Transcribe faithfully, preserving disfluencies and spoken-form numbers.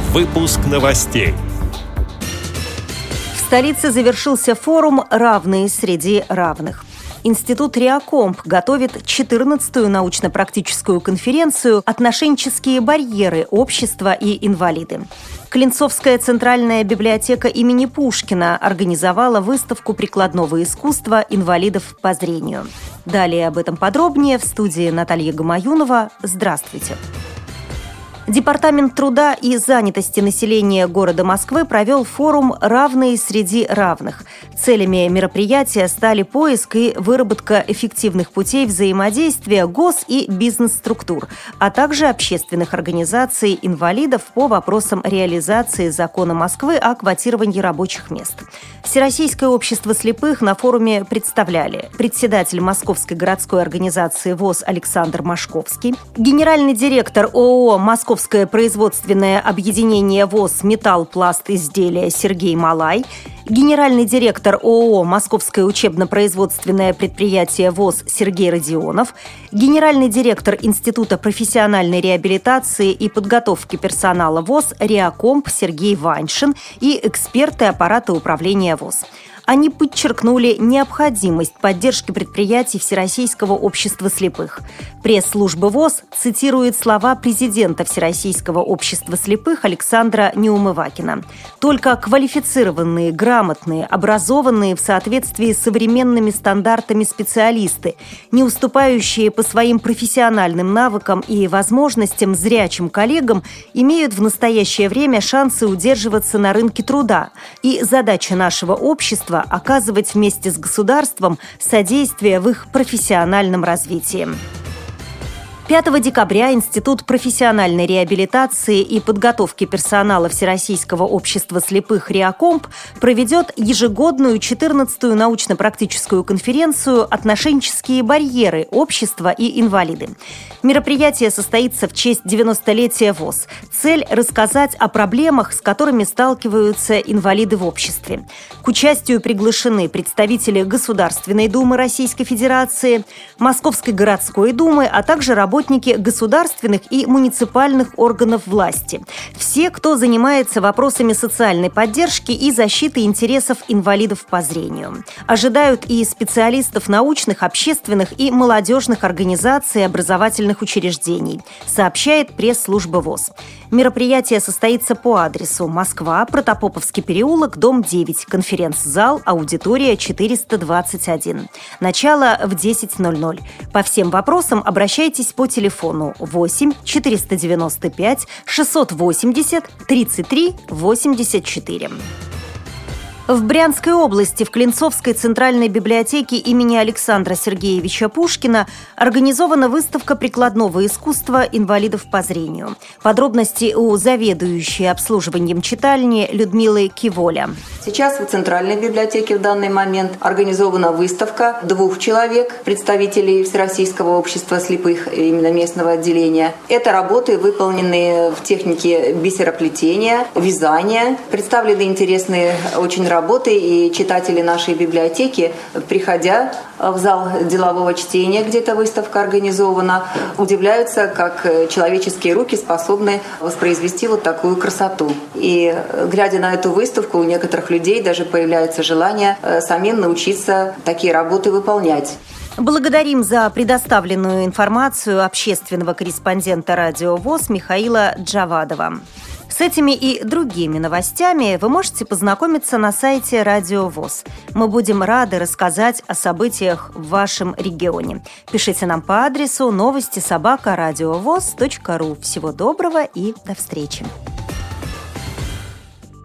Выпуск новостей. В столице завершился форум «Равные среди равных». Институт Реакомп готовит четырнадцатую научно-практическую конференцию «Отношенческие барьеры. Общество и инвалиды». Клинцовская центральная библиотека имени Пушкина организовала выставку прикладного искусства инвалидов по зрению. Далее об этом подробнее в студии Наталья Гамаюнова. Здравствуйте. Департамент труда и занятости населения города Москвы провел форум «Равные среди равных». Целями мероприятия стали поиск и выработка эффективных путей взаимодействия гос- и бизнес-структур, а также общественных организаций инвалидов по вопросам реализации закона Москвы о квотировании рабочих мест. Всероссийское общество слепых на форуме представляли председатель Московской городской организации ВОС Александр Машковский, генеральный директор ООО «Московское производственное объединение ВОС «Металл-пласт изделия» Сергей Малай, генеральный директор ООО «Московское учебно-производственное предприятие ВОС» Сергей Родионов, генеральный директор Института профессиональной реабилитации и подготовки персонала ВОС Реакомп Сергей Ваньшин и эксперты аппарата управления ВОС. Они подчеркнули необходимость поддержки предприятий Всероссийского общества слепых. Пресс-служба ВОС цитирует слова президента Всероссийского общества слепых Александра Неумывакина. «Только квалифицированные, грамотные, образованные в соответствии с современными стандартами специалисты, не уступающие по своим профессиональным навыкам и возможностям зрячим коллегам, имеют в настоящее время шансы удерживаться на рынке труда. И задача нашего общества – оказывать вместе с государством содействие в их профессиональном развитии». пятого декабря Институт профессиональной реабилитации и подготовки персонала Всероссийского общества слепых Реакомп проведет ежегодную четырнадцатую научно-практическую конференцию «Отношенческие барьеры. Общество и инвалиды». Мероприятие состоится в честь девяностолетия ВОС. Цель – рассказать о проблемах, с которыми сталкиваются инвалиды в обществе. К участию приглашены представители Государственной Думы Российской Федерации, Московской городской думы, а также работники государственных и муниципальных органов власти. Все, кто занимается вопросами социальной поддержки и защиты интересов инвалидов по зрению. Ожидают и специалистов научных, общественных и молодежных организаций и образовательных учреждений, сообщает пресс-служба ВОС. Мероприятие состоится по адресу: Москва, Протопоповский переулок, дом девять, конференц-зал, аудитория четыреста двадцать один. Начало в десять ноль ноль. По всем вопросам обращайтесь по телефону восемь четыреста девяносто пять шестьсот восемьдесят тридцать три восемьдесят четыре. В Брянской области в Клинцовской центральной библиотеке имени Александра Сергеевича Пушкина организована выставка прикладного искусства инвалидов по зрению. Подробности у заведующей обслуживанием читальни Людмилы Киволя. Сейчас в Центральной библиотеке в данный момент организована выставка двух человек, представителей Всероссийского общества слепых, именно местного отделения. Это работы, выполненные в технике бисероплетения, вязания. Представлены интересные очень работы. Работы, и читатели нашей библиотеки, приходя в зал делового чтения, где эта выставка организована, удивляются, как человеческие руки способны воспроизвести вот такую красоту. И глядя на эту выставку, у некоторых людей даже появляется желание самим научиться такие работы выполнять. Благодарим за предоставленную информацию общественного корреспондента радио ВОС Михаила Джавадова. С этими и другими новостями вы можете познакомиться на сайте Радио ВОС. Мы будем рады рассказать о событиях в вашем регионе. Пишите нам по адресу новости собака радиовос точка ру. Всего доброго и до встречи.